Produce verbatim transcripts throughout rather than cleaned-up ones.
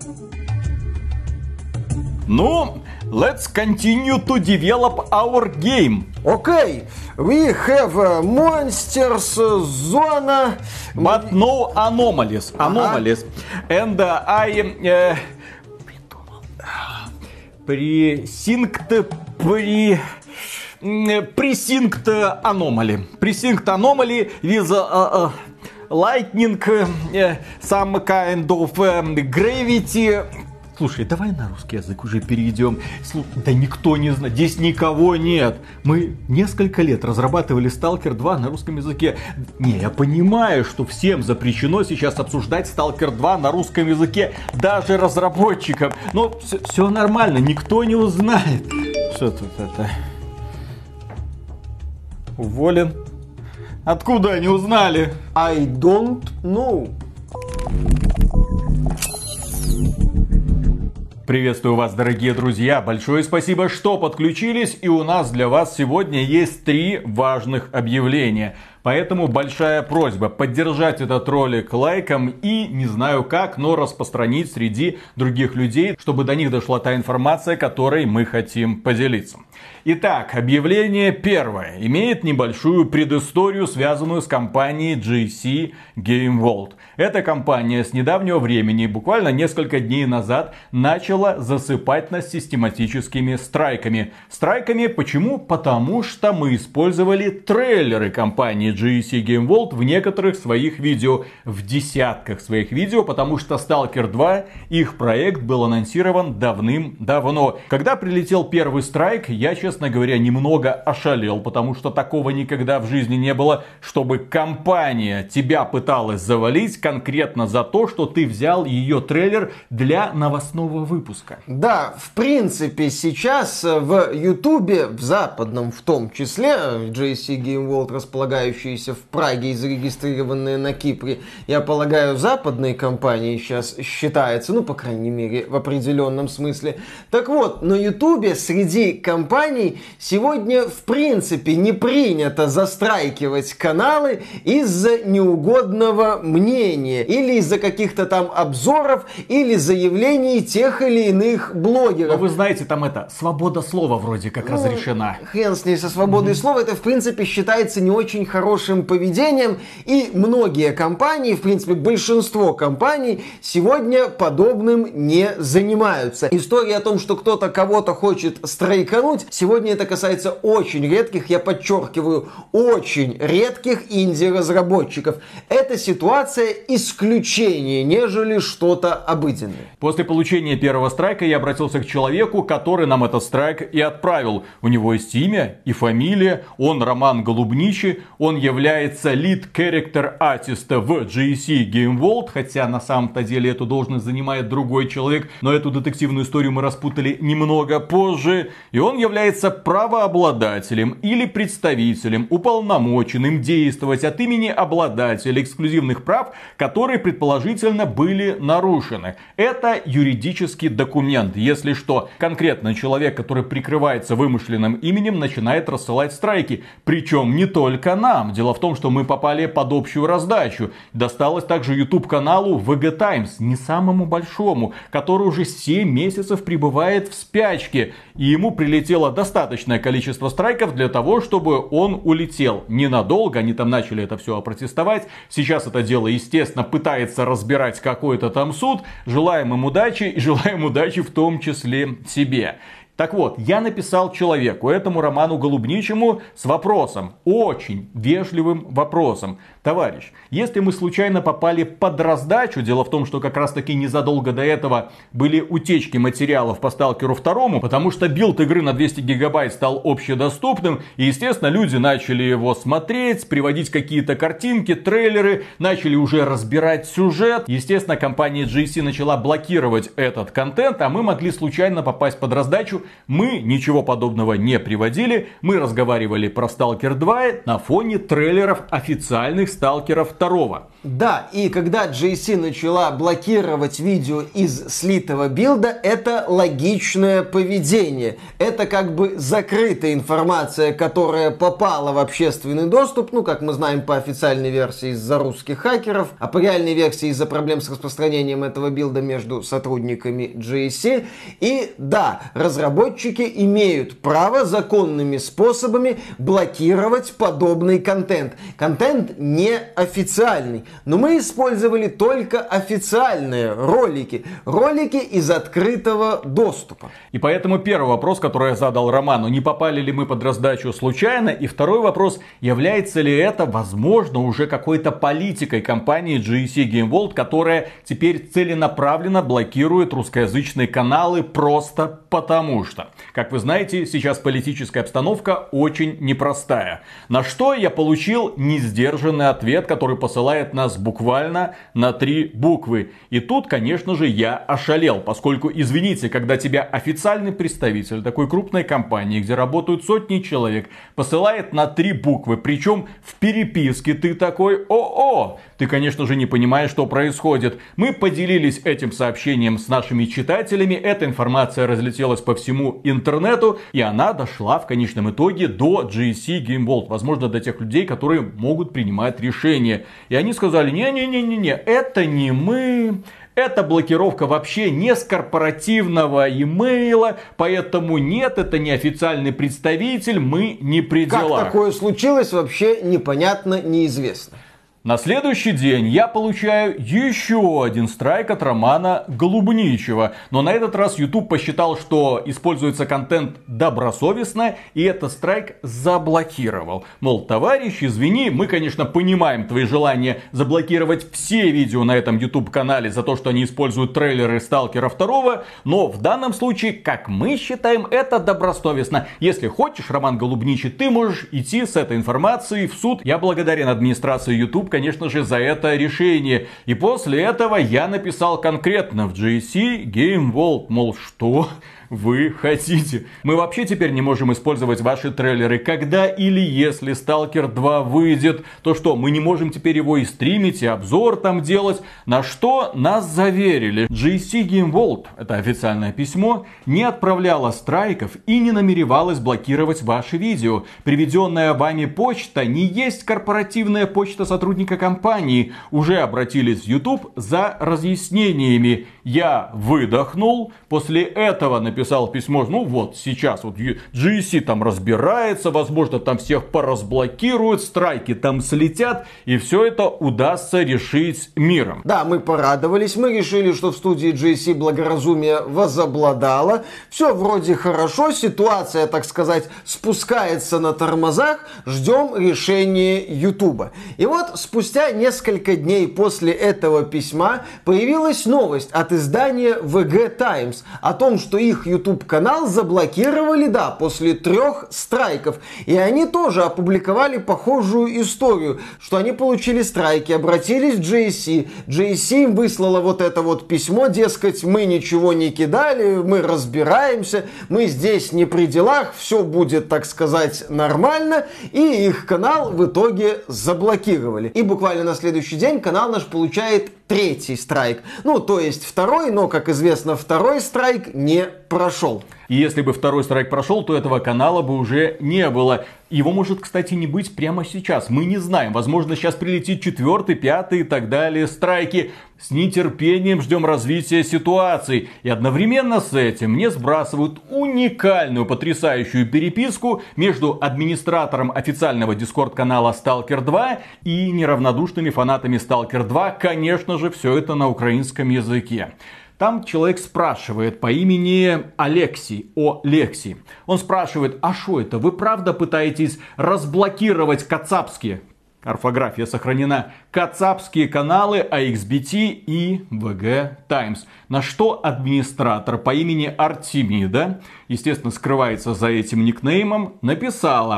Ну, let's continue to develop our game. Okay, we have uh, monsters, uh, zona... But no anomalies. Anomalies. Ага. And uh, I... Uh, Precinct... Pre... Precinct anomaly. Precinct anomaly with... Uh, uh, lightning, uh, some kind of uh, gravity... Слушай, давай на русский язык уже перейдем. Слу... Да никто не знает, здесь никого нет. Мы несколько лет разрабатывали Сталкер два на русском языке. Не, я понимаю, что всем запрещено сейчас обсуждать Сталкер два на русском языке, даже разработчикам. Но все, все нормально, никто не узнает. Что тут это? Уволен? Откуда они узнали? I don't know. Приветствую вас, дорогие друзья. Большое спасибо, что подключились. И у нас для вас сегодня есть три важных объявления. Поэтому большая просьба поддержать этот ролик лайком и, не знаю как, но распространить среди других людей, чтобы до них дошла та информация, которой мы хотим поделиться. Итак, объявление первое. Имеет небольшую предысторию, связанную с компанией джи си Game World. Эта компания с недавнего времени, буквально несколько дней назад, начала засыпать нас систематическими страйками. Страйками почему? Потому что мы использовали трейлеры компании джи си Game World в некоторых своих видео, в десятках своих видео, потому что Сталкер два, их проект, был анонсирован давным-давно. Когда прилетел первый страйк, я, честно говоря, немного ошалел, потому что такого никогда в жизни не было, чтобы компания тебя пыталась завалить конкретно за то, что ты взял ее трейлер для новостного выпуска. Да, в принципе, сейчас в Ютубе, в западном в том числе, джи си Game World, располагающиеся в Праге и зарегистрированные на Кипре, я полагаю, западной компанией сейчас считается, ну, по крайней мере, в определенном смысле. Так вот, на Ютубе среди компаний сегодня, в принципе, не принято застрайкивать каналы из-за неугодного мнения, или из-за каких-то там обзоров, или заявлений тех или иных блогеров. Но вы знаете, там это, свобода слова вроде как ну, разрешена. Хрен с ней со свободой mm-hmm. слова, это в принципе считается не очень хорошим поведением, и многие компании, в принципе большинство компаний, сегодня подобным не занимаются. История о том, что кто-то кого-то хочет страйкануть, сегодня это касается очень редких, я подчеркиваю, очень редких инди-разработчиков. Эта ситуация исключение, нежели что-то обыденное. После получения первого страйка я обратился к человеку, который нам этот страйк и отправил. У него есть имя и фамилия, он Роман Голубничий, он является lead character artist в джи си Game World, хотя на самом-то деле эту должность занимает другой человек, но эту детективную историю мы распутали немного позже. И он является правообладателем или представителем, уполномоченным действовать от имени обладателя эксклюзивных прав, которые предположительно были нарушены. Это юридический документ. Если что, конкретно человек, который прикрывается вымышленным именем, начинает рассылать страйки. Причем не только нам. Дело в том, что мы попали под общую раздачу. Досталось также YouTube-каналу ви джи Times, не самому большому, который уже семь месяцев пребывает в спячке. И ему прилетело достаточное количество страйков для того, чтобы он улетел. Ненадолго, они там начали это все опротестовать. Сейчас это дело, естественно, пытается разбирать какой-то там суд. Желаем им удачи и желаем удачи в том числе себе. Так вот, я написал человеку, этому Роману Голубничему, с вопросом, очень вежливым вопросом. Товарищ, если мы случайно попали под раздачу, дело в том, что как раз таки незадолго до этого были утечки материалов по Сталкеру два, потому что билд игры на двести гигабайт стал общедоступным, и, естественно, люди начали его смотреть, приводить какие-то картинки, трейлеры, начали уже разбирать сюжет. Естественно, компания джи си начала блокировать этот контент, а мы могли случайно попасть под раздачу Мы ничего подобного не приводили. Мы разговаривали про Сталкер два на фоне трейлеров официальных Сталкеров два. Да, и когда джей си начала блокировать видео из слитого билда, это логичное поведение. Это как бы закрытая информация, которая попала в общественный доступ, ну, как мы знаем по официальной версии из-за русских хакеров, а по реальной версии из-за проблем с распространением этого билда между сотрудниками джей си. И да, разработчики имеют право законными способами блокировать подобный контент. Контент неофициальный. Но мы использовали только официальные ролики. Ролики из открытого доступа. И поэтому первый вопрос, который я задал Роману, не попали ли мы под раздачу случайно? И второй вопрос, является ли это, возможно, уже какой-то политикой компании джей си Game World, которая теперь целенаправленно блокирует русскоязычные каналы просто потому что. Как вы знаете, сейчас политическая обстановка очень непростая. На что я получил несдержанный ответ, который посылает нас буквально на три буквы. И тут, конечно же, я ошалел, поскольку, извините, когда тебя официальный представитель такой крупной компании, где работают сотни человек, посылает на три буквы, причем в переписке ты такой: о-о! Ты, конечно же, не понимаешь, что происходит. Мы поделились этим сообщением с нашими читателями, эта информация разлетелась по всему интернету, и она дошла в конечном итоге до джей си Game World, возможно, до тех людей, которые могут принимать решения. И они сказали: не-не-не-не-не, это не мы, это блокировка вообще не с корпоративного имейла, поэтому нет, это не официальный представитель, мы не при делах. Как такое случилось, вообще непонятно, неизвестно. На следующий день я получаю еще один страйк от Романа Голубничева. Но на этот раз YouTube посчитал, что используется контент добросовестно, и этот страйк заблокировал. Мол, товарищ, извини, мы, конечно, понимаем твои желания заблокировать все видео на этом YouTube-канале за то, что они используют трейлеры Сталкера два, но в данном случае, как мы считаем, это добросовестно. Если хочешь, Роман Голубничий, ты можешь идти с этой информацией в суд. Я благодарен администрации YouTube, конечно же, за это решение. И после этого я написал конкретно в джей си Game World, мол, что вы хотите? Мы вообще теперь не можем использовать ваши трейлеры. Когда или если Сталкер два выйдет, то что, мы не можем теперь его и стримить, и обзор там делать? На что нас заверили. джей си Game World, это официальное письмо, не отправляла страйков и не намеревалась блокировать ваши видео. Приведенная вами почта не есть корпоративная почта сотрудника компании. Уже обратились в YouTube за разъяснениями. Я выдохнул, после этого написал письмо, ну вот сейчас вот джей си там разбирается, возможно там всех поразблокируют, страйки там слетят, и все это удастся решить миром. Да, мы порадовались, мы решили, что в студии джей си благоразумие возобладало, все вроде хорошо, ситуация, так сказать, спускается на тормозах, ждем решения YouTube. И вот спустя несколько дней после этого письма появилась новость от издания ви джи Times о том, что их YouTube-канал заблокировали, да, после трех страйков. И они тоже опубликовали похожую историю, что они получили страйки, обратились в джей си. джей си им выслала вот это вот письмо, дескать, мы ничего не кидали, мы разбираемся, мы здесь не при делах, все будет, так сказать, нормально. И их канал в итоге заблокировали. И буквально на следующий день канал наш получает третий страйк. Ну, то есть второй, но, как известно, второй страйк не прошел. И если бы второй страйк прошел, то этого канала бы уже не было. Его может, кстати, не быть прямо сейчас. Мы не знаем. Возможно, сейчас прилетит четвертый, пятый и так далее страйки. С нетерпением ждем развития ситуации. И одновременно с этим мне сбрасывают уникальную, потрясающую переписку между администратором официального дискорд-канала Сталкер два и неравнодушными фанатами Сталкер два. Конечно же, все это на украинском языке. Там человек спрашивает по имени Алексей, о Лекси. Он спрашивает: а что это, вы правда пытаетесь разблокировать кацапские, орфография сохранена, кацапские каналы эй икс би ти и ви джи Times? На что администратор по имени Артемида, естественно, скрывается за этим никнеймом, написала: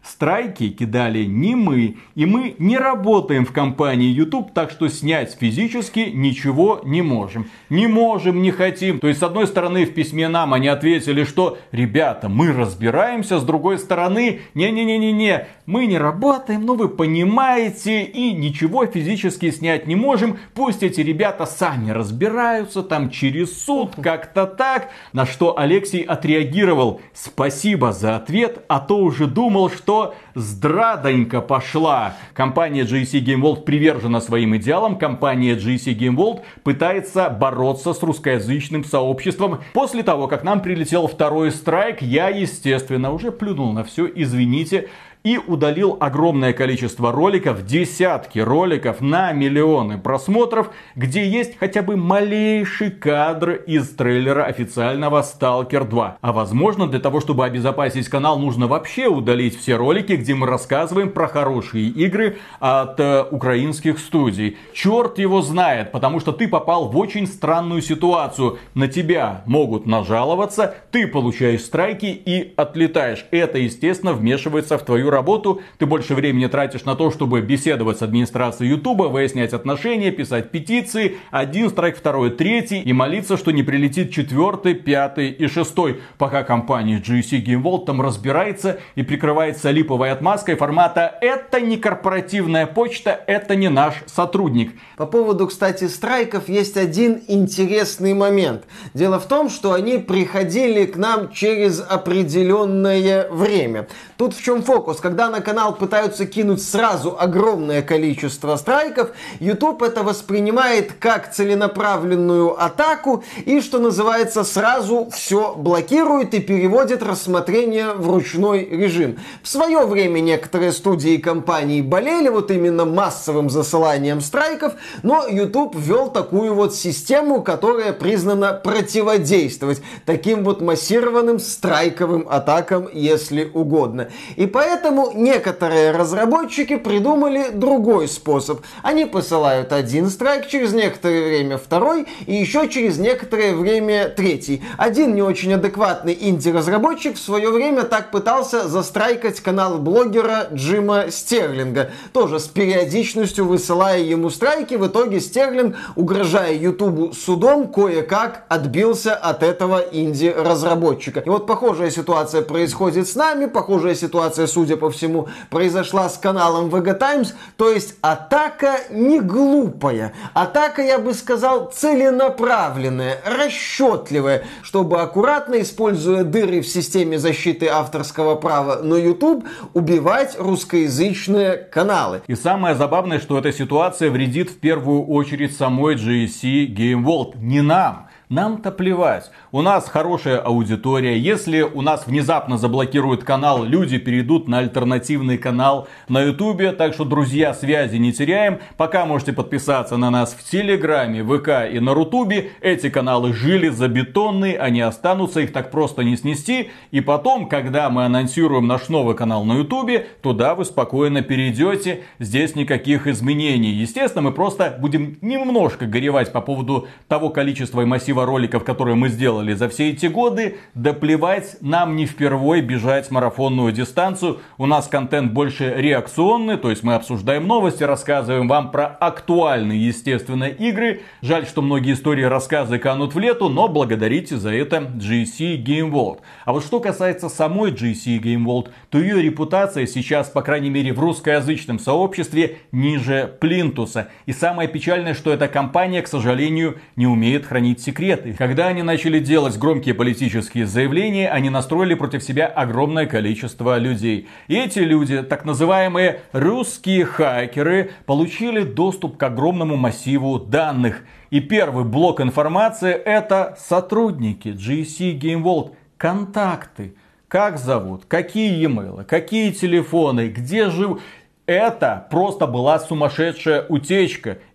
Страйки кидали не мы, и мы не работаем в компании YouTube, так что снять физически ничего не можем. Не можем, не хотим. То есть, с одной стороны, в письме нам они ответили, что, ребята, мы разбираемся, с другой стороны, не-не-не-не-не, мы не работаем, ну вы понимаете, и ничего физически снять не можем. Пусть эти ребята сами разбираются, там через суд, как-то так. На что Алексей отреагировал: спасибо за ответ, а то уже думал, что здрадонька пошла. Компания джи си Game World привержена своим идеалам. Компания джи си Game World пытается бороться с русскоязычным сообществом. После того, как нам прилетел второй страйк, я, естественно, уже плюнул на все, извините, и удалил огромное количество роликов, десятки роликов на миллионы просмотров, где есть хотя бы малейший кадр из трейлера официального Сталкер два. А возможно, для того, чтобы обезопасить канал, нужно вообще удалить все ролики, где мы рассказываем про хорошие игры от э, украинских студий. Черт его знает, потому что ты попал в очень странную ситуацию. На тебя могут нажаловаться, ты получаешь страйки и отлетаешь. Это, естественно, вмешивается в твою работу, ты больше времени тратишь на то, чтобы беседовать с администрацией Ютуба, выяснять отношения, писать петиции, один страйк, второй, третий, и молиться, что не прилетит четвертый, пятый и шестой, пока компания джи си Game World там разбирается и прикрывается липовой отмазкой формата «это не корпоративная почта, это не наш сотрудник». По поводу, кстати, страйков есть один интересный момент. Дело в том, что они приходили к нам через определенное время. Тут в чем фокус? Когда на канал пытаются кинуть сразу огромное количество страйков, YouTube это воспринимает как целенаправленную атаку и, что называется, сразу все блокирует и переводит рассмотрение в ручной режим. В свое время некоторые студии и компании болели вот именно массовым засыланием страйков, но YouTube ввел такую вот систему, которая признана противодействовать таким вот массированным страйковым атакам, если угодно. И поэтому некоторые разработчики придумали другой способ. Они посылают один страйк, через некоторое время второй, и еще через некоторое время третий. Один не очень адекватный инди-разработчик в свое время так пытался застрайкать канал блогера Джима Стерлинга. Тоже с периодичностью высылая ему страйки. В итоге Стерлинг, угрожая Ютубу судом, кое-как отбился от этого инди-разработчика. И вот похожая ситуация происходит с нами, похожая ситуация, судя по всему, произошла с каналом ви джи Times, то есть атака не глупая, атака, я бы сказал, целенаправленная, расчетливая, чтобы аккуратно, используя дыры в системе защиты авторского права на YouTube, убивать русскоязычные каналы. И самое забавное, что эта ситуация вредит в первую очередь самой джи си Game World, не нам. Нам-то плевать. У нас хорошая аудитория. Если у нас внезапно заблокируют канал, люди перейдут на альтернативный канал на Ютубе. Так что, друзья, связи не теряем. Пока можете подписаться на нас в Телеграме, ВК и на Рутубе. Эти каналы жили забетонные, они останутся, их так просто не снести. И потом, когда мы анонсируем наш новый канал на Ютубе, туда вы спокойно перейдете. Здесь никаких изменений. Естественно, мы просто будем немножко горевать по поводу того количества и массива роликов, которые мы сделали за все эти годы. Да плевать, нам не впервой бежать марафонную дистанцию. У нас контент больше реакционный, то есть мы обсуждаем новости, рассказываем вам про актуальные, естественно, игры. Жаль, что многие истории, рассказы канут в лету, но благодарите за это джи си Game World. А вот что касается самой джи си Game World, то ее репутация сейчас, по крайней мере в русскоязычном сообществе, ниже плинтуса. И самое печальное, что эта компания, к сожалению, не умеет хранить секреты. Когда они начали делать громкие политические заявления, они настроили против себя огромное количество людей. И эти люди, так называемые русские хакеры, получили доступ к огромному массиву данных. И первый блок информации — это сотрудники джи си Game World, контакты. Как зовут, какие e-mail, какие телефоны, где живут. Это просто была сумасшедшая утечка.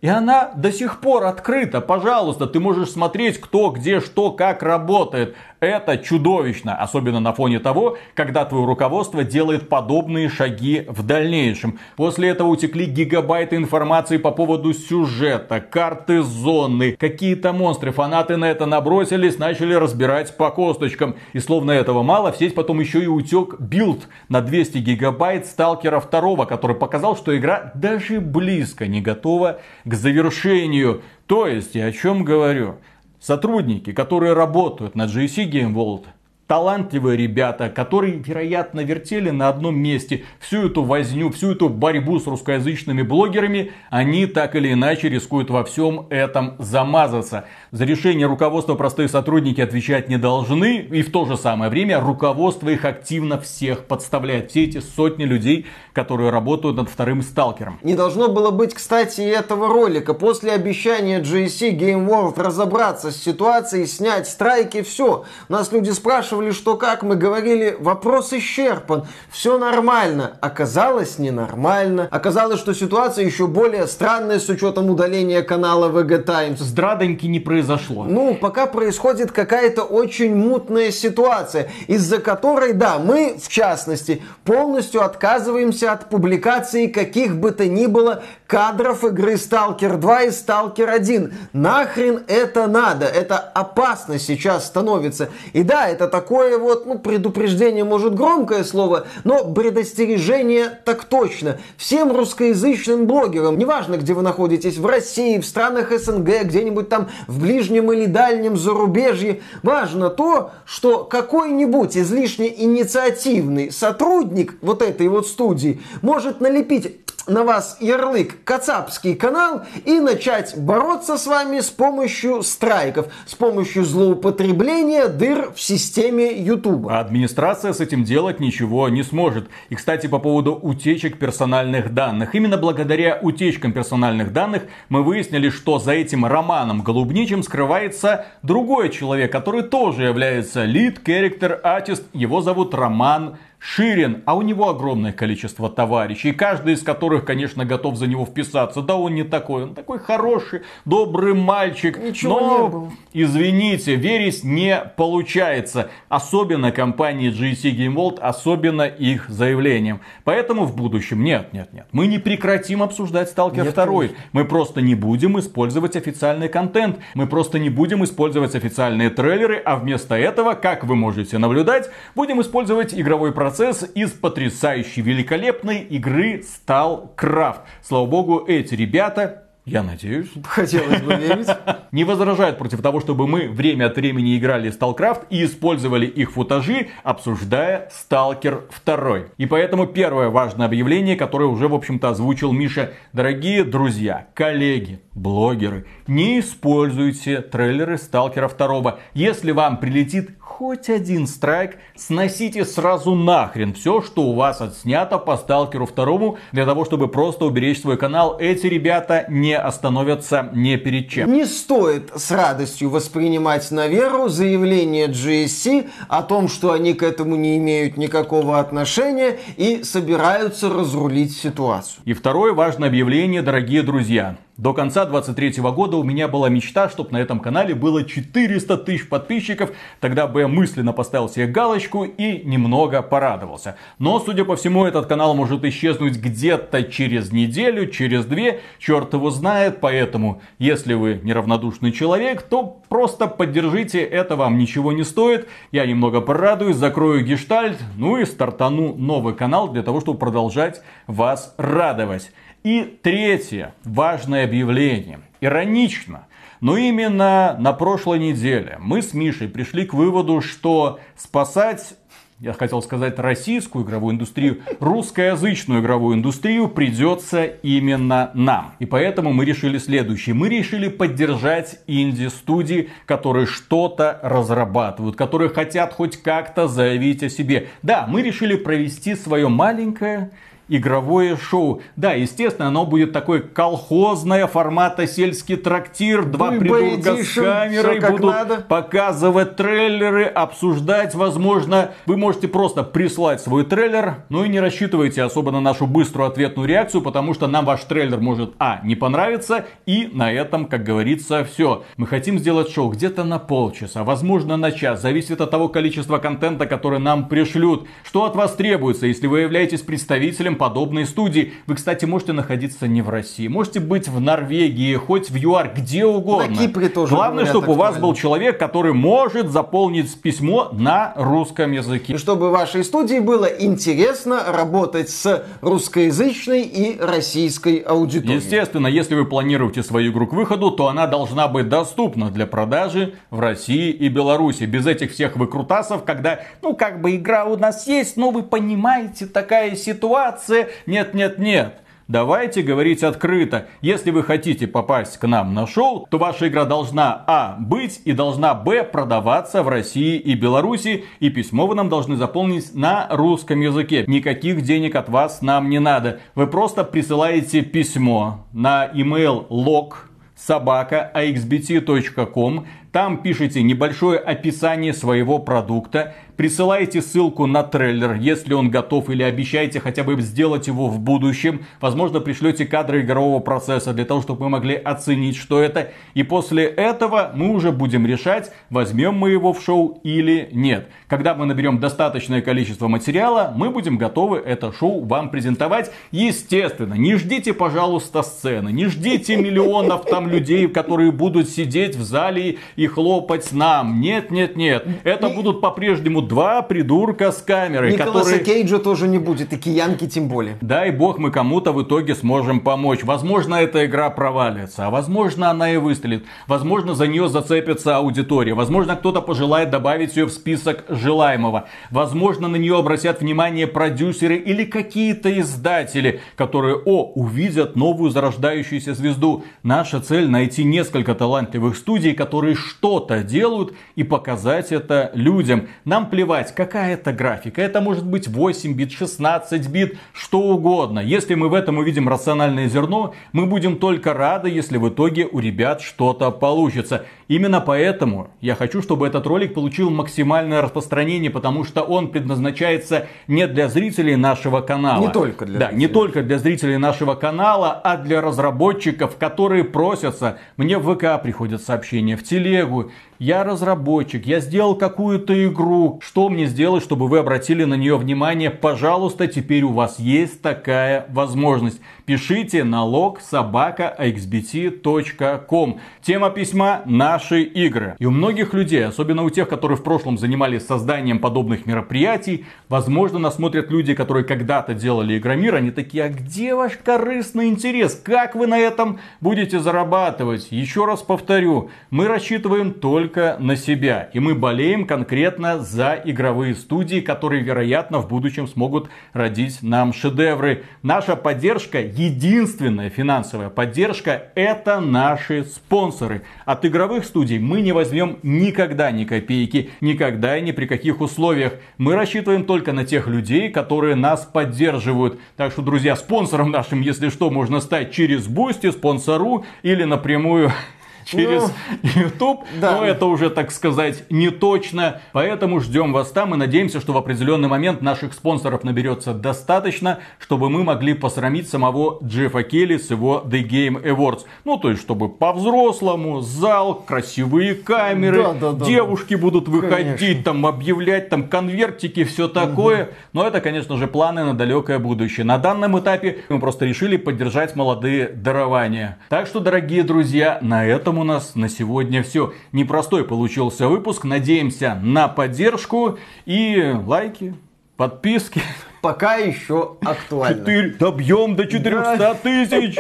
И она до сих пор открыта. Пожалуйста, ты можешь смотреть, кто, где, что, как работает. Это чудовищно, особенно на фоне того, когда твое руководство делает подобные шаги в дальнейшем. После этого утекли гигабайты информации по поводу сюжета, карты зоны, какие-то монстры. Фанаты на это набросились, начали разбирать по косточкам. И словно этого мало, в сеть потом еще и утек билд на двести гигабайт Сталкера два, который показал, что игра даже близко не готова к завершению. То есть, я о чем говорю? Сотрудники, которые работают на джи эс си Game World, талантливые ребята, которые, вероятно, вертели на одном месте всю эту возню, всю эту борьбу с русскоязычными блогерами, они так или иначе рискуют во всем этом замазаться. За решение руководства простые сотрудники отвечать не должны, и в то же самое время руководство их активно всех подставляет. Все эти сотни людей, которые работают над вторым Сталкером. Не должно было быть, кстати, и этого ролика. После обещания джи эс си Game World разобраться с ситуацией, снять страйки, все. Нас люди спрашивали, что как, мы говорили, вопрос исчерпан, все нормально. Оказалось ненормально. Оказалось, что ситуация еще более странная с учетом удаления канала ви джи Times. Здрадоньки не произошло. Ну, пока происходит какая-то очень мутная ситуация, из-за которой, да, мы, в частности, полностью отказываемся от публикации каких бы то ни было кадров игры Сталкер два и Сталкер один. Нахрен это надо? Это опасно сейчас становится. И да, это такое вот, ну, предупреждение, может, громкое слово, но предостережение так точно. Всем русскоязычным блогерам, неважно, где вы находитесь, в России, в странах эс эн гэ, где-нибудь там в ближнем или дальнем зарубежье, важно то, что какой-нибудь излишне инициативный сотрудник вот этой вот студии может налепить на вас ярлык «Кацапский канал» и начать бороться с вами с помощью страйков, с помощью злоупотребления дыр в системе YouTube. А администрация с этим делать ничего не сможет. И, кстати, по поводу утечек персональных данных. Именно благодаря утечкам персональных данных мы выяснили, что за этим Романом Голубничим скрывается другой человек, который тоже является lead character artist. Его зовут Роман Ширин, а у него огромное количество товарищей, каждый из которых, конечно, готов за него вписаться. Да, он не такой, он такой хороший, добрый мальчик. Ничего но, не было. Извините, верить не получается. Особенно компании джи эс си Game World, особенно их заявлением. Поэтому в будущем, нет, нет, нет, мы не прекратим обсуждать Сталкер два. Мы просто не будем использовать официальный контент. Мы просто не будем использовать официальные трейлеры, а вместо этого, как вы можете наблюдать, будем использовать игровой процесс из потрясающей, великолепной игры StarCraft. Слава богу, эти ребята, я надеюсь, хотелось бы верить, не возражают против того, чтобы мы время от времени играли в StarCraft и использовали их футажи, обсуждая Сталкер два. И поэтому первое важное объявление, которое уже, в общем-то, озвучил Миша. Дорогие друзья, коллеги, блогеры, не используйте трейлеры Сталкера два. Если вам прилетит хоть один страйк, сносите сразу нахрен все, что у вас отснято по Сталкеру два, для того, чтобы просто уберечь свой канал. Эти ребята не остановятся ни перед чем. Не стоит с радостью воспринимать на веру заявление джи эс си о том, что они к этому не имеют никакого отношения и собираются разрулить ситуацию. И второе важное объявление, дорогие друзья. До конца двадцать третьего года у меня была мечта, чтобы на этом канале было четыреста тысяч подписчиков. Тогда бы я мысленно поставил себе галочку и немного порадовался. Но, судя по всему, этот канал может исчезнуть где-то через неделю, через две. Черт его знает. Поэтому, если вы неравнодушный человек, то просто поддержите. Это вам ничего не стоит. Я немного порадуюсь, закрою гештальт. Ну и стартану новый канал для того, чтобы продолжать вас радовать. И третье важное объявление. Иронично, но именно на прошлой неделе мы с Мишей пришли к выводу, что спасать, я хотел сказать, российскую игровую индустрию, русскоязычную игровую индустрию придется именно нам. И поэтому мы решили следующее. Мы решили поддержать инди-студии, которые что-то разрабатывают, которые хотят хоть как-то заявить о себе. Да, мы решили провести свое маленькое игровое шоу. Да, естественно, оно будет такое колхозное, формата сельский трактир. Два Буйба придурка с Edition, камерой всё как будут надо. показывать трейлеры, обсуждать, возможно. Вы можете просто прислать свой трейлер, ну и не рассчитывайте особо на нашу быструю ответную реакцию, потому что нам ваш трейлер может, а, не понравиться, и на этом, как говорится, все. Мы хотим сделать шоу где-то на полчаса, возможно на час, зависит от того количества контента, который нам пришлют. Что от вас требуется, если вы являетесь представителем подобной студии? Вы, кстати, можете находиться не в России, можете быть в Норвегии, хоть в ЮАР, где угодно. На Кипре тоже. Главное, чтобы у вас был человек, который может заполнить письмо на русском языке. И чтобы вашей студии было интересно работать с русскоязычной и российской аудиторией. Естественно, если вы планируете свою игру к выходу, то она должна быть доступна для продажи в России и Беларуси. Без этих всех выкрутасов, когда, ну, как бы игра у нас есть, но вы понимаете, такая ситуация. Нет, нет, нет. Давайте говорить открыто. Если вы хотите попасть к нам на шоу, то ваша игра должна а. быть и должна б. продаваться в России и Беларуси. И письмо вы нам должны заполнить на русском языке. Никаких денег от вас нам не надо. Вы просто присылаете письмо на email log собака а икс би ти точка ком. Там пишите небольшое описание своего продукта. Присылаете ссылку на трейлер, если он готов, или обещаете хотя бы сделать его в будущем. Возможно, пришлете кадры игрового процесса для того, чтобы мы могли оценить, что это. И после этого мы уже будем решать, возьмем мы его в шоу или нет. Когда мы наберем достаточное количество материала, мы будем готовы это шоу вам презентовать. Естественно, не ждите, пожалуйста, сцены, не ждите миллионов там людей, которые будут сидеть в зале и хлопать нам. Нет, нет, нет. Это И... будут по-прежнему два придурка с камерой, Николаса которые... Кейджа тоже не будет, и киянки тем более. Дай бог мы кому-то в итоге сможем помочь. Возможно, эта игра провалится, а возможно, она и выстрелит. Возможно, за нее зацепится аудитория. Возможно, кто-то пожелает добавить ее в список желаемого. Возможно, на нее обратят внимание продюсеры или какие-то издатели, которые, о, увидят новую зарождающуюся звезду. Наша цель — найти несколько талантливых студий, которые что-то делают, и показать это людям. Нам плевать, какая это графика. Это может быть восемь бит, шестнадцать бит, что угодно. Если мы в этом увидим рациональное зерно, мы будем только рады, если в итоге у ребят что-то получится. Именно поэтому я хочу, чтобы этот ролик получил максимальное распространение, потому что он предназначается не для зрителей нашего канала. Не только для да, зрителей. не только для зрителей нашего канала, а для разработчиков, которые просятся. Мне в ВК приходят сообщения, в телегу. Я разработчик, я сделал какую-то игру. Что мне сделать, чтобы вы обратили на нее внимание? Пожалуйста, теперь у вас есть такая возможность. Пишите на log собака а икс би ти точка ком. Тема письма — наши игры. И у многих людей, особенно у тех, которые в прошлом занимались созданием подобных мероприятий, возможно, нас смотрят люди, которые когда-то делали Игромир. Они такие: а где ваш корыстный интерес? Как вы на этом будете зарабатывать? Еще раз повторю, мы рассчитываем только на себя. И мы болеем конкретно за игровые студии, которые, вероятно, в будущем смогут родить нам шедевры. Наша поддержка, единственная финансовая поддержка, это наши спонсоры. От игровых студий мы не возьмем никогда ни копейки, никогда и ни при каких условиях. Мы рассчитываем только на тех людей, которые нас поддерживают. Так что, друзья, спонсором нашим, если что, можно стать через Boosty, спонсору или напрямую через ну, YouTube, да. Но это уже, так сказать, не точно. Поэтому ждем вас там и надеемся, что в определенный момент наших спонсоров наберется достаточно, чтобы мы могли посрамить самого Джеффа Келли с его The Game Awards. Ну, то есть, чтобы по-взрослому, зал, красивые камеры, да, да, да, девушки да. будут выходить, конечно. Там объявлять, там конвертики, все такое. Угу. Но это, конечно же, планы на далекое будущее. На данном этапе мы просто решили поддержать молодые дарования. Так что, дорогие друзья, на этом у нас на сегодня все. Непростой получился выпуск. Надеемся на поддержку и лайки, подписки. Пока еще актуально. Четыре, добьем до четырехсот тысяч.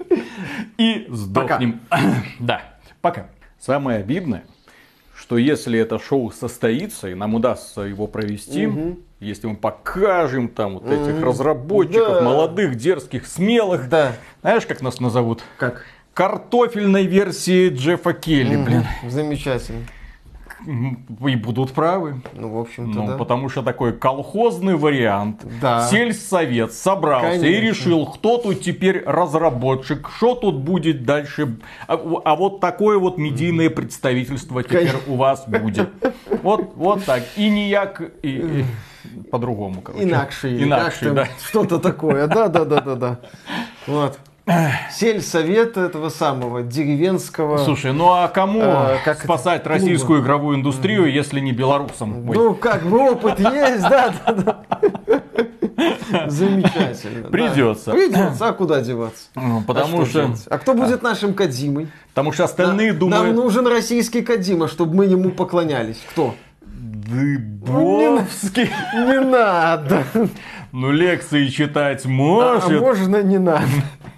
И сдохнем. Пока. Да, пока. Самое обидное, что если это шоу состоится и нам удастся его провести, угу. если мы покажем там вот этих угу. разработчиков, да. молодых, дерзких, смелых, да. знаешь, как нас назовут? Как? Картофельной версии Джеффа Келли, угу, блин. Замечательно. И будут правы. Ну, в общем-то, Ну, да. потому что такой колхозный вариант. Да. Сельсовет собрался Конечно. и решил, кто тут теперь разработчик, что тут будет дальше. А, а вот такое вот медийное представительство теперь Конечно. у вас будет. Вот, вот так. И нияк, и, и по-другому, короче. Инакше. Инакше, да. Что-то такое. Да-да-да-да-да. Вот. Сельсовет этого самого деревенского. Слушай, ну а кому Э, как спасать это? российскую игровую индустрию, если не белорусам? Ой. Ну, как бы опыт есть, да, да, да. Замечательно. да. Придется. Придется, а куда деваться? Ну, потому А что, делать? А кто будет нашим Кодзимой? потому что остальные Нам думают... нужен российский Кодзима, чтобы мы ему поклонялись. Кто? Дыбовский. Не надо. Ну, лекции читать А может. можно не надо.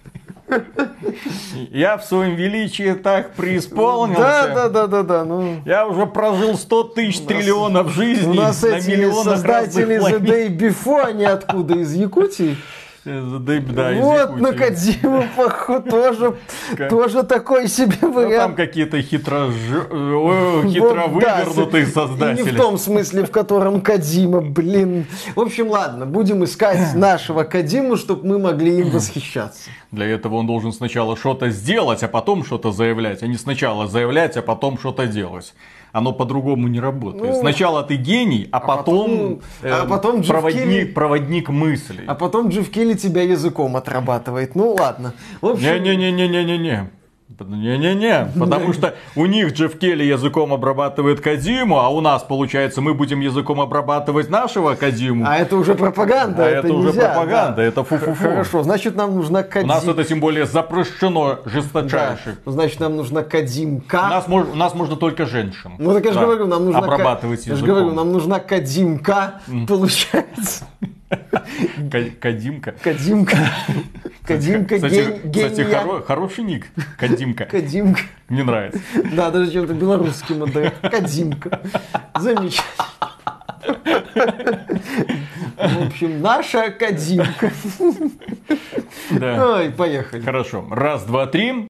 Я в своем величии так преисполнился. Да, да, да, да, да. Ну, Я уже прожил сто тысяч триллионов жизней у нас на эти миллионах создатели разных The планет. Day Before, они откуда? Из Якутии? Да, да, из Вот, Якутии. на Кодзиму, походу, тоже, Как? тоже такой себе Ну, там вариант. какие-то хитро, хитро Вот, да, вывернутые и создатели. не в том смысле, в котором Кодзима, блин. В общем, ладно, будем искать нашего Кодзиму, чтобы мы могли им восхищаться. Для этого он должен сначала что-то сделать, а потом что-то заявлять. А не сначала заявлять, а потом что-то делать. Оно по-другому не работает. Ну, Сначала ты гений, а, потом, потом- а потом Джефф проводник, Келли- проводник мыслей. А потом Джефф Келли тебя языком отрабатывает. Ну ладно. В общем, Не-не-не-не-не-не. Не-не-не, потому что у них Джефф Келли языком обрабатывает Кодзиму, а у нас, получается, мы будем языком обрабатывать нашего Кодзиму. а это уже пропаганда. А это это уже нельзя, пропаганда, да. это фу-фу-фу. Хорошо, значит нам нужна У Кодзима. нас это тем более запрещено Да. жесточайше. Ну, значит, нам нужна Кодзимка. У нас, мож- у нас можно только женщин. Ну так я же Да. говорю, нам нужна обрабатывать ка- я же языком. говорю, нам нужна Кодзимка, получается. Ко- Кодимка. Кодзимка. Кодзимка Кстати, ген- кстати гения. хоро- хороший ник. Кодимка. Кодзимка. Мне нравится. Да, даже чем-то белорусским отдает. Кодзимка. Замечательно. В общем, наша Кодзимка. Да. Ой, поехали. Хорошо. Раз, два, три.